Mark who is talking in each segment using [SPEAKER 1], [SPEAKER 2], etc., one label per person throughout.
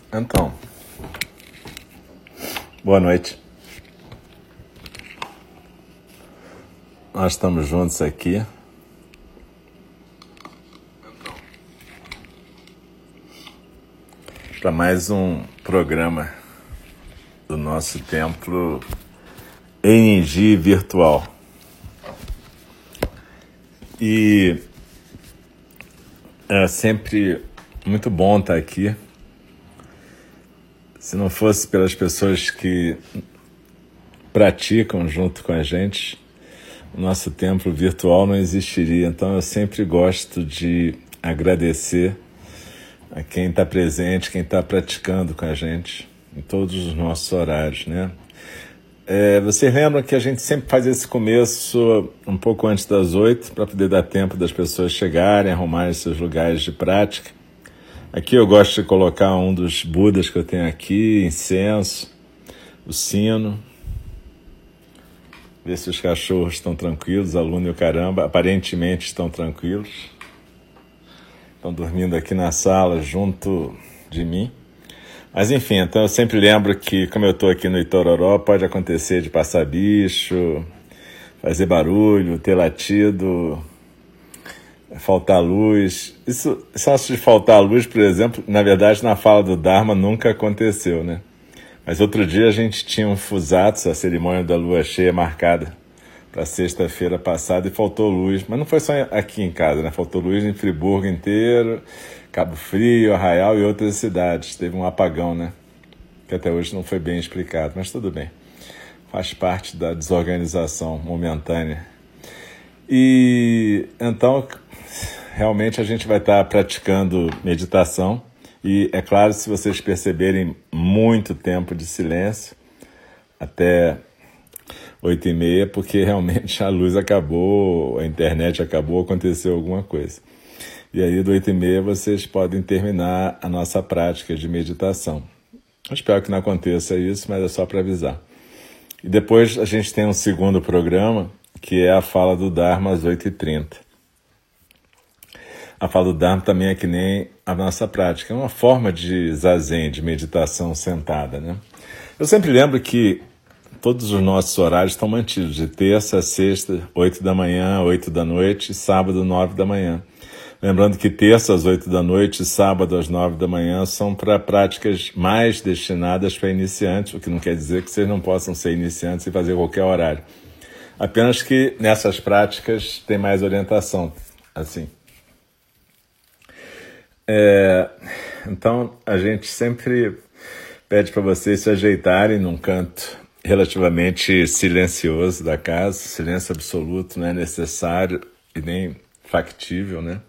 [SPEAKER 1] Então, boa noite. Nós estamos juntos aqui. Para mais um programa do nosso templo Energia Virtual. E é sempre muito bom estar aqui. Se não fosse pelas pessoas que praticam junto com a gente, o nosso templo virtual não existiria. Então eu sempre gosto de agradecer a quem está presente, quem está praticando com a gente em todos os nossos horários, né? Vocês lembram que a gente sempre faz esse começo um pouco antes das 8, para poder dar tempo das pessoas chegarem, arrumarem seus lugares de prática. Aqui eu gosto de colocar um dos Budas que eu tenho aqui, incenso, o sino. Ver se os cachorros estão tranquilos, a Luna e o caramba, aparentemente estão tranquilos. Estão dormindo aqui na sala junto de mim. Mas enfim, então eu sempre lembro que, como eu estou aqui no Itororó, pode acontecer de passar bicho, fazer barulho, ter latido, faltar luz. Isso de faltar luz, por exemplo, na verdade na fala do Dharma nunca aconteceu, né? Mas outro dia a gente tinha um Fusatsu, a cerimônia da lua cheia marcada para sexta-feira passada, e faltou luz. Mas não foi só aqui em casa, né? Faltou luz em Friburgo inteiro, Cabo Frio, Arraial e outras cidades. Teve um apagão, né? Que até hoje não foi bem explicado, mas tudo bem. Faz parte da desorganização momentânea. E então, realmente a gente vai estar praticando meditação. E é claro, se vocês perceberem muito tempo de silêncio, até 8h30, porque realmente a luz acabou, a internet acabou, aconteceu alguma coisa. E aí, do 8h30, vocês podem terminar a nossa prática de meditação. Eu espero que não aconteça isso, mas é só para avisar. E depois a gente tem um segundo programa, que é a fala do Dharma às 8h30. A fala do Dharma também é que nem a nossa prática. É uma forma de zazen, de meditação sentada, né? Eu sempre lembro que todos os nossos horários estão mantidos, de terça a sexta, 8 da manhã, 8 da noite, sábado, 9 da manhã. Lembrando que terça às 8 da noite e sábado às 9 da manhã são para práticas mais destinadas para iniciantes, o que não quer dizer que vocês não possam ser iniciantes e fazer qualquer horário. Apenas que nessas práticas tem mais orientação, assim. Então, a gente sempre pede para vocês se ajeitarem num canto relativamente silencioso da casa. Silêncio absoluto não é necessário e nem factível, né?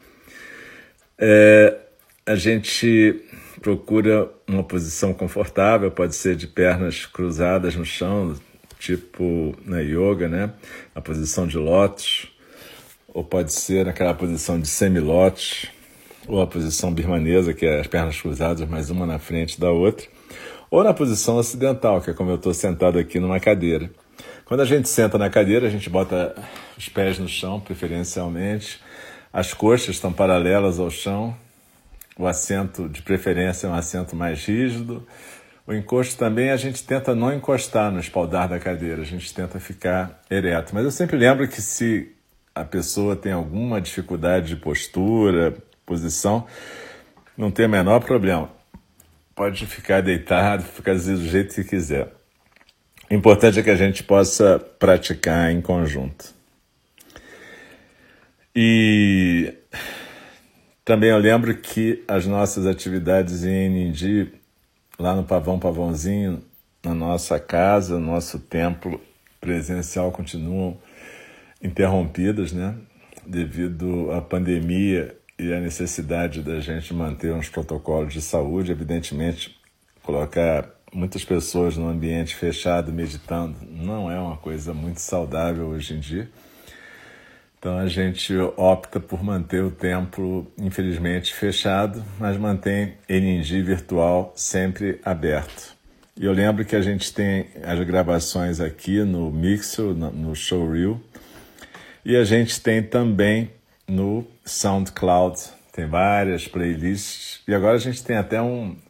[SPEAKER 1] A gente procura uma posição confortável, pode ser de pernas cruzadas no chão, tipo na yoga, né? A posição de lótus, ou pode ser naquela posição de semilótus, ou a posição birmanesa, que é as pernas cruzadas, mais uma na frente da outra, ou na posição ocidental, que é como eu estou sentado aqui numa cadeira. Quando a gente senta na cadeira, a gente bota os pés no chão, preferencialmente, as coxas estão paralelas ao chão, o assento de preferência é um assento mais rígido, o encosto também a gente tenta não encostar no espaldar da cadeira, a gente tenta ficar ereto. Mas eu sempre lembro que se a pessoa tem alguma dificuldade de postura, posição, não tem o menor problema. Pode ficar deitado, ficar do jeito que quiser. O importante é que a gente possa praticar em conjunto. E também eu lembro que as nossas atividades em ND, lá no Pavãozinho, na nossa casa, no nosso templo presencial, continuam interrompidas, né? Devido à pandemia e a necessidade da gente manter uns protocolos de saúde. Evidentemente, colocar muitas pessoas num ambiente fechado meditando não é uma coisa muito saudável hoje em dia. Então a gente opta por manter o templo, infelizmente, fechado, mas mantém ND virtual sempre aberto. E eu lembro que a gente tem as gravações aqui no Mixer, no Showreel, e a gente tem também no SoundCloud, tem várias playlists, e agora a gente tem até um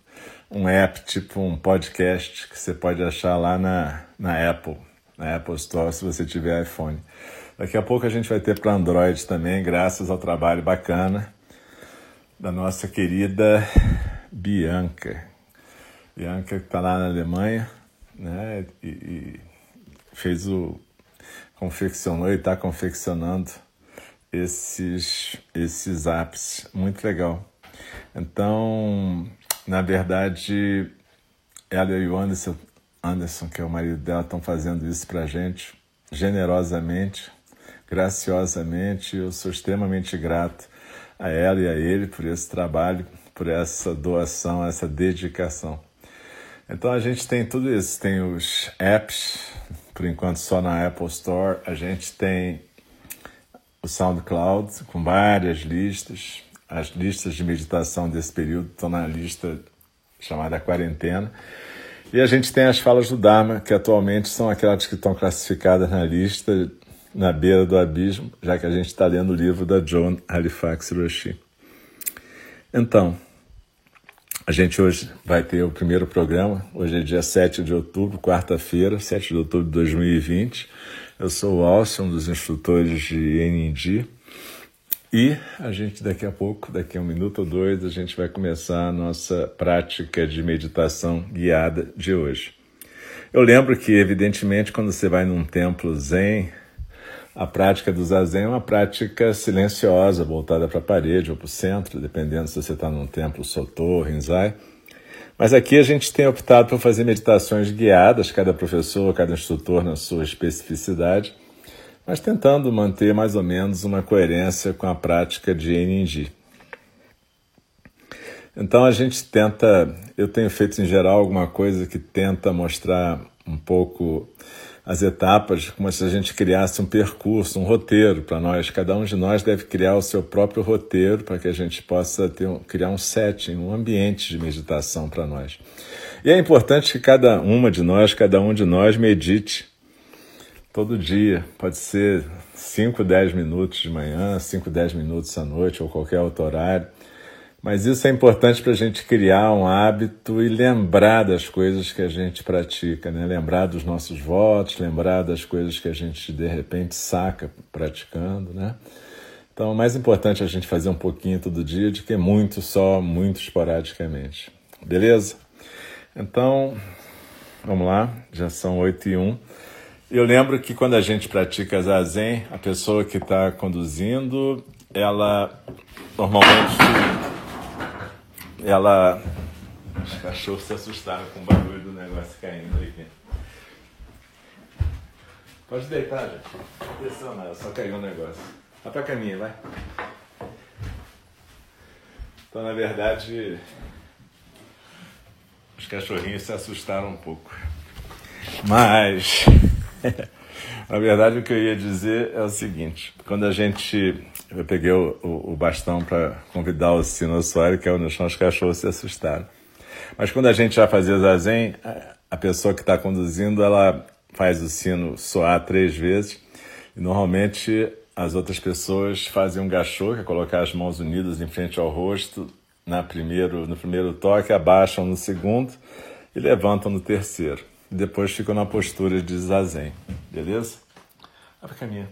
[SPEAKER 1] um app, tipo um podcast, que você pode achar lá na Apple Store, se você tiver iPhone. Daqui a pouco a gente vai ter para Android também, graças ao trabalho bacana da nossa querida Bianca. Bianca que está lá na Alemanha, né? E confeccionou e está confeccionando esses apps. Muito legal. Então, na verdade, ela e o Anderson, que é o marido dela, estão fazendo isso para a gente, generosamente, graciosamente. Eu sou extremamente grato a ela e a ele por esse trabalho, por essa doação, essa dedicação. Então a gente tem tudo isso, tem os apps, por enquanto só na Apple Store, a gente tem o SoundCloud com várias listas, as listas de meditação desse período estão na lista chamada Quarentena, e a gente tem as falas do Dharma, que atualmente são aquelas que estão classificadas na lista na beira do abismo, já que a gente está lendo o livro da Joan Halifax Roshi. Então, a gente hoje vai ter o primeiro programa, hoje é dia 7 de outubro, quarta-feira, 7 de outubro de 2020. Eu sou o Alcio, um dos instrutores de NND, e a gente daqui a pouco, daqui a 1 minuto ou 2, a gente vai começar a nossa prática de meditação guiada de hoje. Eu lembro que, evidentemente, quando você vai num templo zen, a prática do zazen é uma prática silenciosa, voltada para a parede ou para o centro, dependendo se você está num templo Soto, Rinzai. Mas aqui a gente tem optado por fazer meditações guiadas, cada professor, cada instrutor na sua especificidade, mas tentando manter mais ou menos uma coerência com a prática de NND. Então a gente tenta, eu tenho feito em geral alguma coisa que tenta mostrar um pouco as etapas, como se a gente criasse um percurso, um roteiro para nós. Cada um de nós deve criar o seu próprio roteiro para que a gente possa criar um setting, um ambiente de meditação para nós. E é importante que cada um de nós medite todo dia. Pode ser 5, 10 minutos de manhã, 5, 10 minutos à noite ou qualquer outro horário. Mas isso é importante para a gente criar um hábito e lembrar das coisas que a gente pratica, né? Lembrar dos nossos votos, lembrar das coisas que a gente, de repente, saca praticando, né? Então, o mais importante é a gente fazer um pouquinho todo dia do que muito esporadicamente. Beleza? Então, vamos lá, já são 8h01. Eu lembro que quando a gente pratica Zazen, a pessoa que está conduzindo, ela normalmente... Os cachorros se assustaram com o barulho do negócio caindo aqui. Pode deitar, gente. Desceu nada, só caiu um negócio. Vai pra caminha, vai. Então, na verdade, os cachorrinhos se assustaram um pouco. Mas, na verdade, o que eu ia dizer é o seguinte. Quando eu peguei o bastão para convidar o sinossuário, que é onde os cachorros se assustaram. Mas quando a gente vai fazer zazen, a pessoa que está conduzindo, ela faz o sino soar 3 vezes. E normalmente as outras pessoas fazem um gachô, que é colocar as mãos unidas em frente ao rosto no primeiro toque, abaixam no segundo e levantam no terceiro. E depois ficam na postura de zazen. Beleza? Vai pra caminha.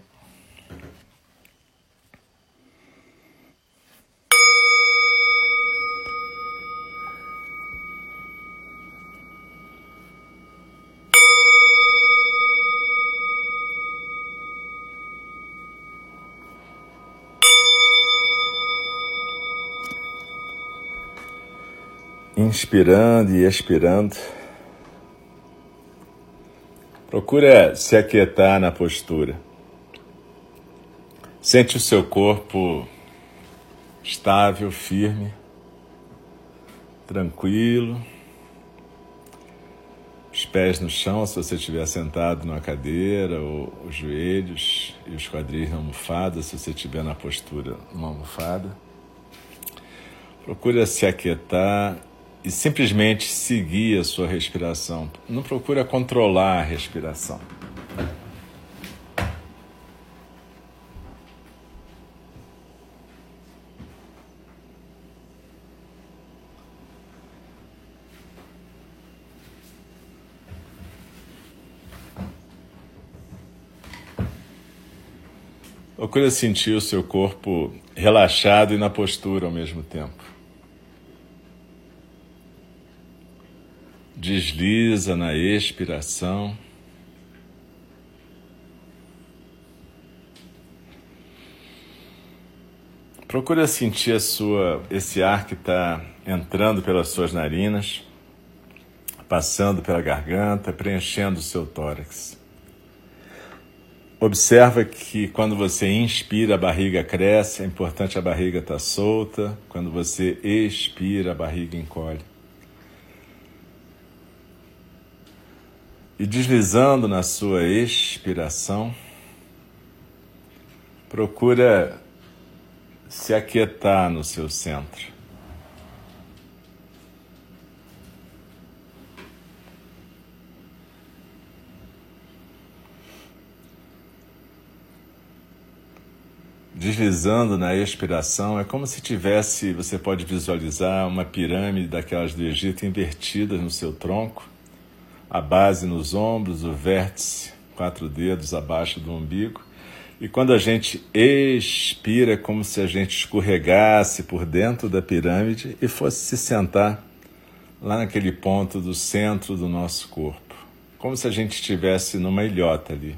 [SPEAKER 1] Inspirando e expirando. Procura se aquietar na postura. Sente o seu corpo estável, firme, tranquilo. Os pés no chão, se você estiver sentado numa cadeira, ou os joelhos e os quadris na almofada, se você estiver na postura numa almofada. Procura se aquietar e simplesmente seguir a sua respiração. Não procura controlar a respiração. Procure sentir o seu corpo relaxado e na postura ao mesmo tempo. Desliza na expiração. Procure sentir esse ar que está entrando pelas suas narinas, passando pela garganta, preenchendo o seu tórax. Observa que quando você inspira, a barriga cresce, é importante a barriga estar solta. Quando você expira, a barriga encolhe. E deslizando na sua expiração, procura se aquietar no seu centro. Deslizando na expiração, é como se tivesse, você pode visualizar uma pirâmide daquelas do Egito invertidas no seu tronco, a base nos ombros, o vértice, 4 dedos abaixo do umbigo. E quando a gente expira, é como se a gente escorregasse por dentro da pirâmide e fosse se sentar lá naquele ponto do centro do nosso corpo, como se a gente estivesse numa ilhota ali.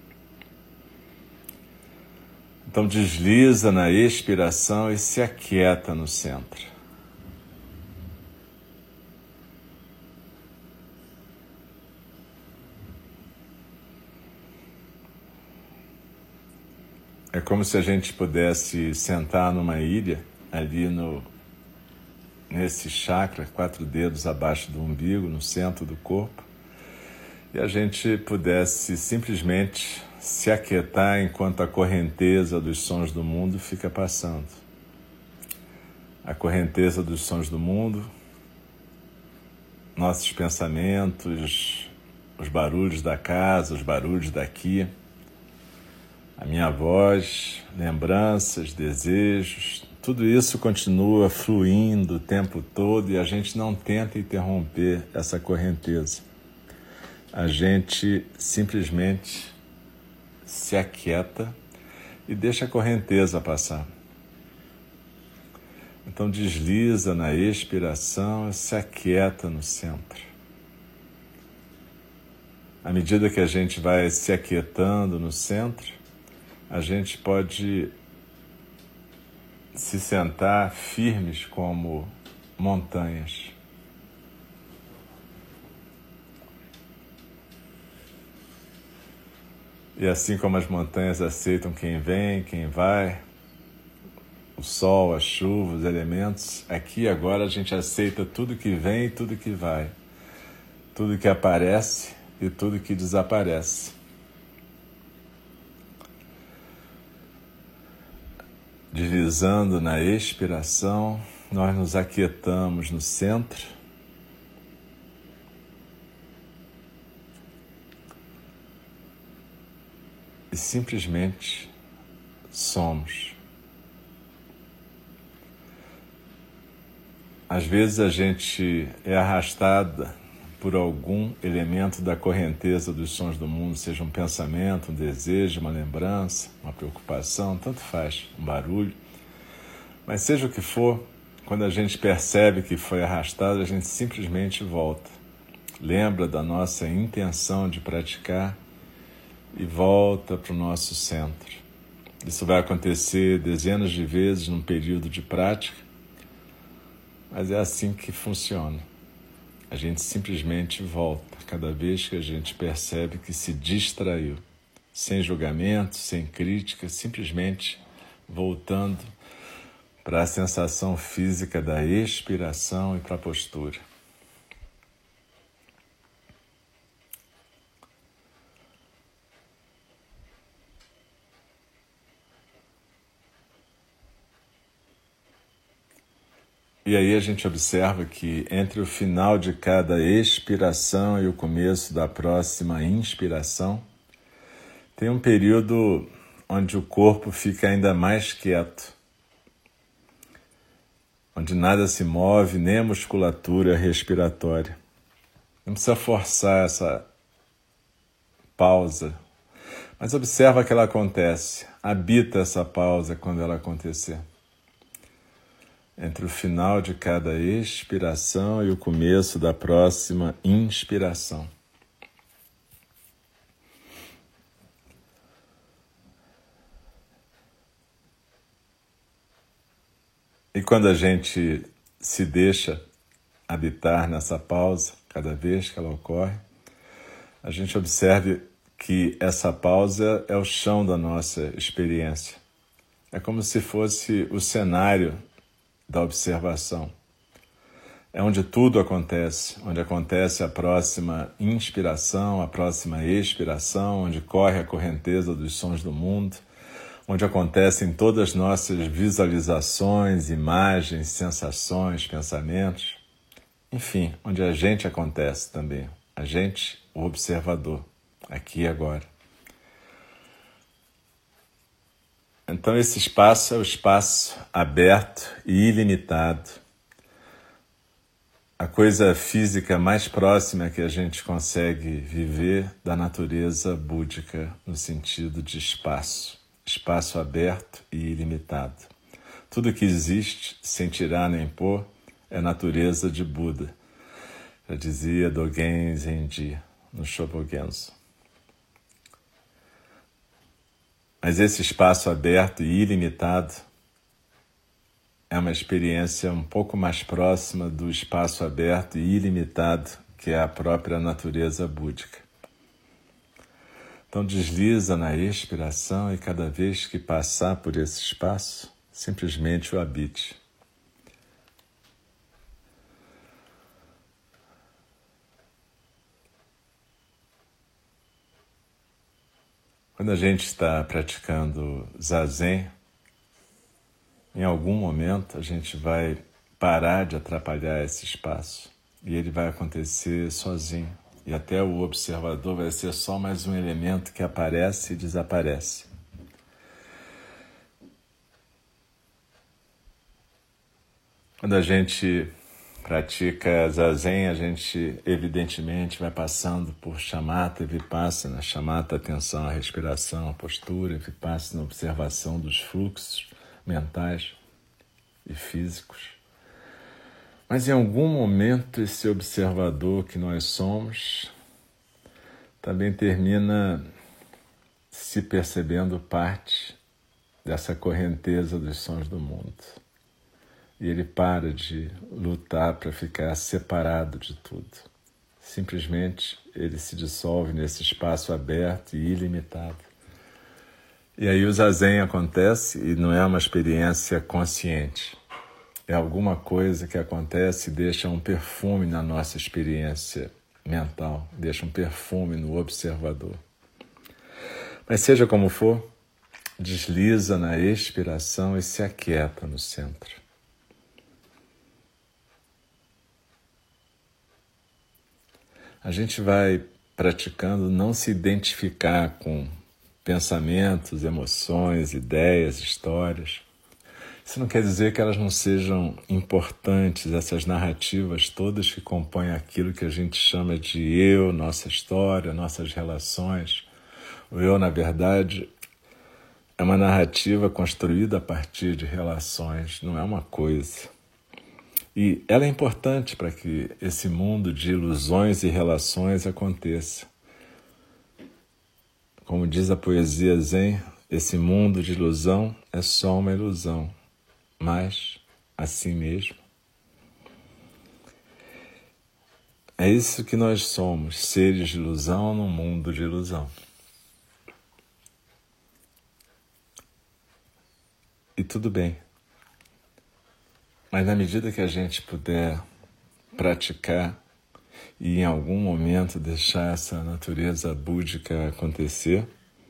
[SPEAKER 1] Então desliza na expiração e se aquieta no centro. É como se a gente pudesse sentar numa ilha, ali nesse chakra, 4 dedos abaixo do umbigo, no centro do corpo, e a gente pudesse simplesmente se aquietar enquanto a correnteza dos sons do mundo fica passando. A correnteza dos sons do mundo, nossos pensamentos, os barulhos da casa, os barulhos daqui, a minha voz, lembranças, desejos, tudo isso continua fluindo o tempo todo e a gente não tenta interromper essa correnteza. A gente simplesmente se aquieta e deixa a correnteza passar. Então desliza na expiração e se aquieta no centro. À medida que a gente vai se aquietando no centro, a gente pode se sentar firmes como montanhas. E assim como as montanhas aceitam quem vem, quem vai, o sol, a chuva, os elementos, aqui agora a gente aceita tudo que vem e tudo que vai, tudo que aparece e tudo que desaparece. Deslizando na expiração, nós nos aquietamos no centro. E simplesmente somos. Às vezes a gente é arrastada por algum elemento da correnteza dos sons do mundo, seja um pensamento, um desejo, uma lembrança, uma preocupação, tanto faz, um barulho. Mas seja o que for, quando a gente percebe que foi arrastado, a gente simplesmente volta. Lembra da nossa intenção de praticar e volta para o nosso centro. Isso vai acontecer dezenas de vezes num período de prática, mas é assim que funciona. A gente simplesmente volta cada vez que a gente percebe que se distraiu, sem julgamento, sem crítica, simplesmente voltando para a sensação física da expiração e para a postura. E aí a gente observa que entre o final de cada expiração e o começo da próxima inspiração, tem um período onde o corpo fica ainda mais quieto, onde nada se move, nem a musculatura respiratória. Não precisa forçar essa pausa, Mas observa que ela acontece, habita essa pausa quando ela acontecer. Entre o final de cada expiração e o começo da próxima inspiração. E quando a gente se deixa habitar nessa pausa, cada vez que ela ocorre, a gente observe que essa pausa é o chão da nossa experiência. É como se fosse o cenário da observação. É onde tudo acontece, onde acontece a próxima inspiração, a próxima expiração, onde corre a correnteza dos sons do mundo, onde acontecem todas as nossas visualizações, imagens, sensações, pensamentos. Enfim, onde a gente acontece também. A gente, o observador, aqui e agora. Então esse espaço é o espaço aberto e ilimitado. A coisa física mais próxima que a gente consegue viver da natureza búdica no sentido de espaço. Espaço aberto e ilimitado. Tudo que existe, sem tirar nem pôr, é natureza de Buda. Já dizia Dogen Zenji no Shobogenzo. Mas esse espaço aberto e ilimitado é uma experiência um pouco mais próxima do espaço aberto e ilimitado que é a própria natureza búdica. Então desliza na expiração e cada vez que passar por esse espaço, simplesmente o habite. Quando a gente está praticando Zazen, em algum momento a gente vai parar de atrapalhar esse espaço e ele vai acontecer sozinho. E até o observador vai ser só mais um elemento que aparece e desaparece. Quando a gente pratica Zazen, a gente evidentemente vai passando por Shamatha e Vipassana. Shamatha, atenção à respiração, à postura, Vipassana, observação dos fluxos mentais e físicos. Mas em algum momento esse observador que nós somos também termina se percebendo parte dessa correnteza dos sons do mundo. E ele para de lutar para ficar separado de tudo. Simplesmente ele se dissolve nesse espaço aberto e ilimitado. E aí o Zazen acontece e não é uma experiência consciente. É alguma coisa que acontece e deixa um perfume na nossa experiência mental, deixa um perfume no observador. Mas seja como for, desliza na expiração e se aquieta no centro. A gente vai praticando não se identificar com pensamentos, emoções, ideias, histórias. Isso não quer dizer que elas não sejam importantes, essas narrativas todas que compõem aquilo que a gente chama de eu, nossa história, nossas relações. O eu, na verdade, é uma narrativa construída a partir de relações, não é uma coisa. E ela é importante para que esse mundo de ilusões e relações aconteça. Como diz a poesia Zen, esse mundo de ilusão é só uma ilusão. Mas, assim mesmo, é isso que nós somos, seres de ilusão num mundo de ilusão. E tudo bem. Mas na medida que a gente puder praticar e em algum momento deixar essa natureza búdica acontecer,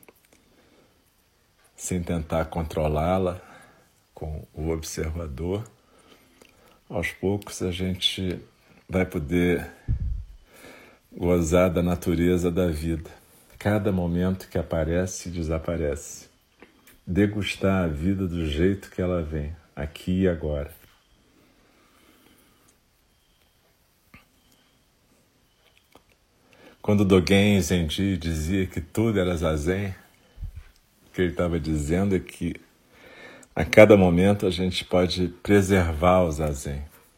[SPEAKER 1] sem tentar controlá-la, com o observador, aos poucos a gente vai poder gozar da natureza da vida. Cada momento que aparece e desaparece. Degustar a vida do jeito que ela vem, aqui e agora. Quando Dogen Zenji dizia que tudo era Zazen, que ele estava dizendo é que a cada momento a gente pode preservar o zazen.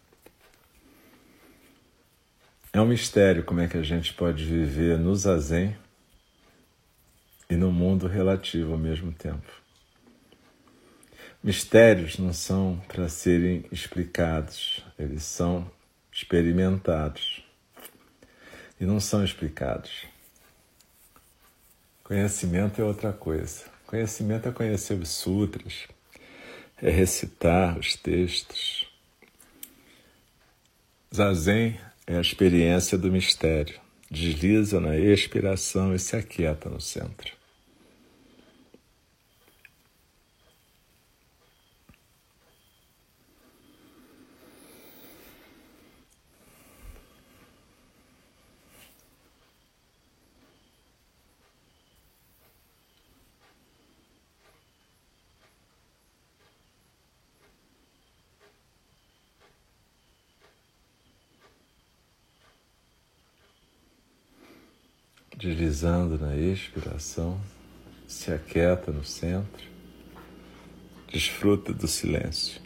[SPEAKER 1] É um mistério como é que a gente pode viver no zazen e no mundo relativo ao mesmo tempo. Mistérios não são para serem explicados, eles são experimentados e não são explicados. Conhecimento é outra coisa. Conhecimento é conhecer os sutras, é recitar os textos. Zazen é a experiência do mistério. Desliza na expiração e se aquieta no centro. Deslizando na expiração, se aquieta no centro, desfruta do silêncio.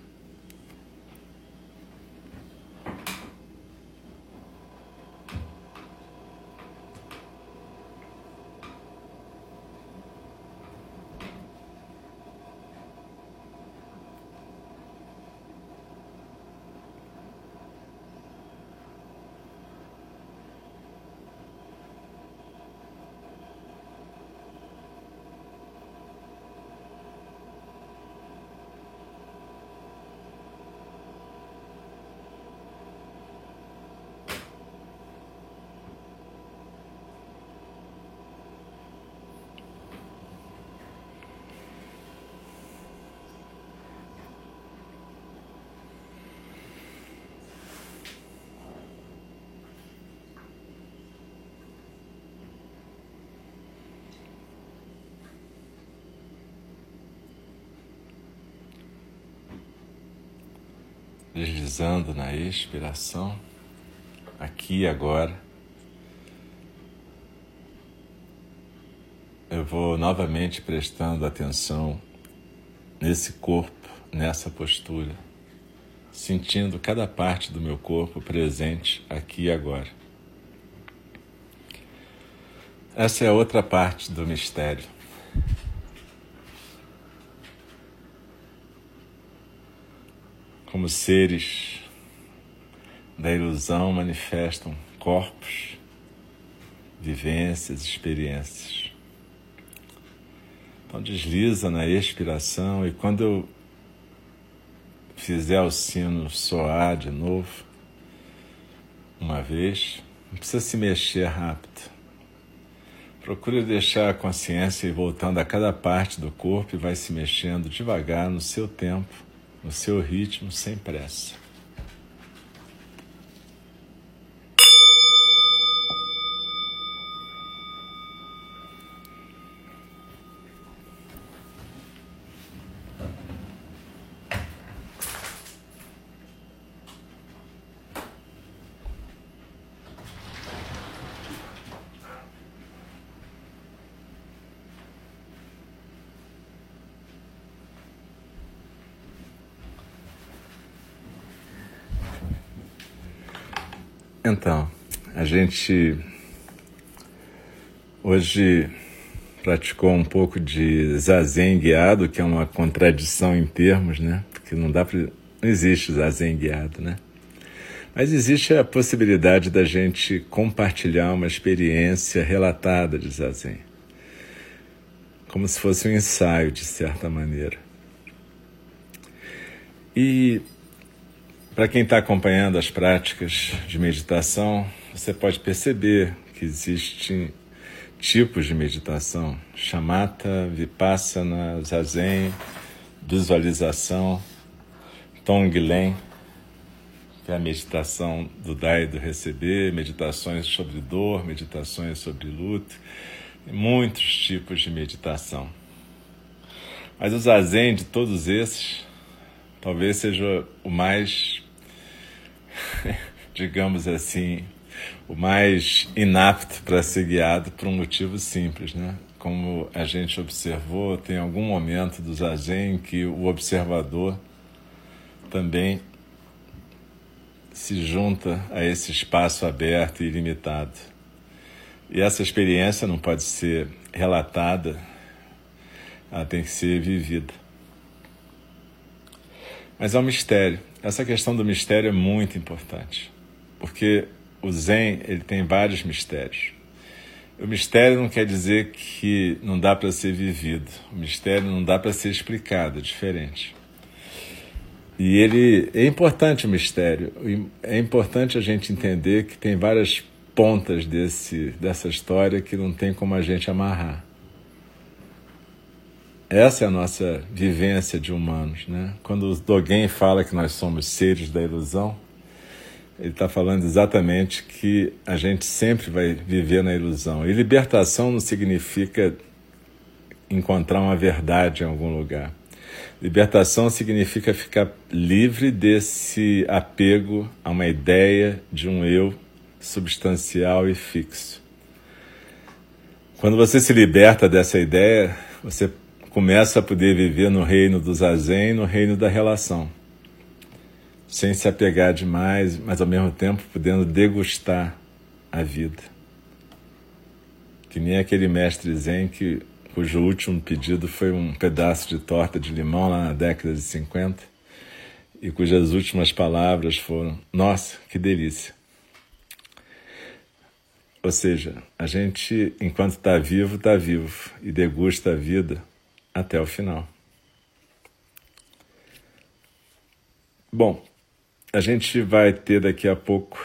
[SPEAKER 1] Deslizando na expiração, aqui e agora, eu vou novamente prestando atenção nesse corpo, nessa postura, sentindo cada parte do meu corpo presente aqui e agora. Essa é a outra parte do mistério. Como seres da ilusão manifestam corpos, vivências, experiências. Então desliza na expiração e quando eu fizer o sino soar de novo, uma vez, não precisa se mexer rápido. Procure deixar a consciência ir voltando a cada parte do corpo e vai se mexendo devagar no seu tempo, no seu ritmo, sem pressa. Então, a gente hoje praticou um pouco de zazen guiado, que é uma contradição em termos, né? Porque não existe zazen guiado, né? Mas existe a possibilidade da gente compartilhar uma experiência relatada de zazen, como se fosse um ensaio, de certa maneira. E para quem está acompanhando as práticas de meditação, você pode perceber que existem tipos de meditação: shamatha, vipassana, zazen, visualização, tonglen, que é a meditação do dar e do receber, meditações sobre dor, meditações sobre luto, e muitos tipos de meditação. Mas o zazen de todos esses talvez seja o mais, digamos assim, o mais inapto para ser guiado por um motivo simples, né? como a gente observou, tem algum momento do zazen que o observador também se junta a esse espaço aberto e ilimitado. E essa experiência não pode ser relatada, ela tem que ser vivida. Mas é um mistério. Essa questão do mistério é muito importante, porque o Zen ele tem vários mistérios. O mistério não quer dizer que não dá para ser vivido. O mistério não dá para ser explicado, é diferente. E ele é importante o mistério. É importante a gente entender que tem várias pontas dessa história que não tem como a gente amarrar. Essa é a nossa vivência de humanos, né? Quando o Dogen fala que nós somos seres da ilusão, ele está falando exatamente que a gente sempre vai viver na ilusão. E libertação não significa encontrar uma verdade em algum lugar. Libertação significa ficar livre desse apego a uma ideia de um eu substancial e fixo. Quando você se liberta dessa ideia, você começa a poder viver no reino do zazen, no reino da relação, sem se apegar demais, mas ao mesmo tempo podendo degustar a vida. Que nem aquele mestre zen cujo último pedido foi um pedaço de torta de limão lá na década de 50 e cujas últimas palavras foram: nossa, que delícia. Ou seja, a gente, enquanto está vivo e degusta a vida até o final. Bom, a gente vai ter daqui a pouco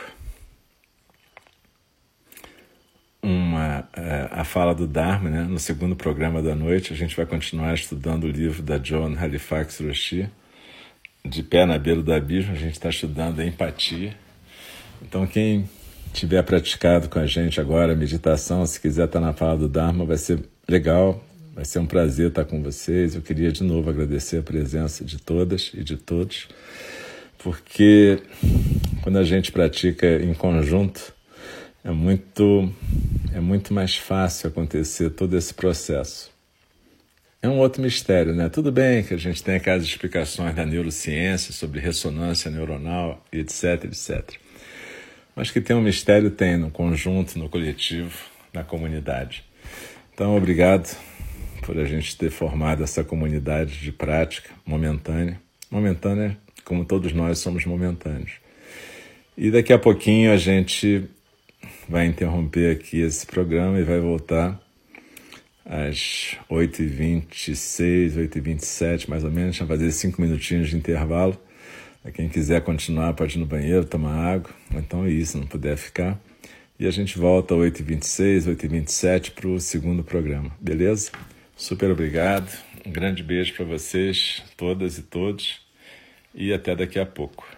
[SPEAKER 1] a fala do Dharma, né? No segundo programa da noite. A gente vai continuar estudando o livro da Joan Halifax Roshi, De Pé na Beira do Abismo. A gente está estudando a empatia. Então, quem tiver praticado com a gente agora a meditação, se quiser estar na fala do Dharma, vai ser legal, vai ser um prazer estar com vocês. Eu queria de novo agradecer a presença de todas e de todos, porque quando a gente pratica em conjunto, é muito mais fácil acontecer todo esse processo. É um outro mistério, né? Tudo bem que a gente tem aquelas explicações da neurociência sobre ressonância neuronal, etc, etc. Mas que tem um mistério, tem no conjunto, no coletivo, na comunidade. Então, obrigado por a gente ter formado essa comunidade de prática momentânea. Momentânea, como todos nós somos momentâneos. E daqui a pouquinho a gente vai interromper aqui esse programa e vai voltar às 8h26, 8h27, mais ou menos. Vamos fazer 5 minutinhos de intervalo. Quem quiser continuar pode ir no banheiro, tomar água, ou então é isso, não puder ficar. E a gente volta às 8h26, 8h27 para o segundo programa, beleza? Super obrigado, um grande beijo para vocês, todas e todos, e até daqui a pouco.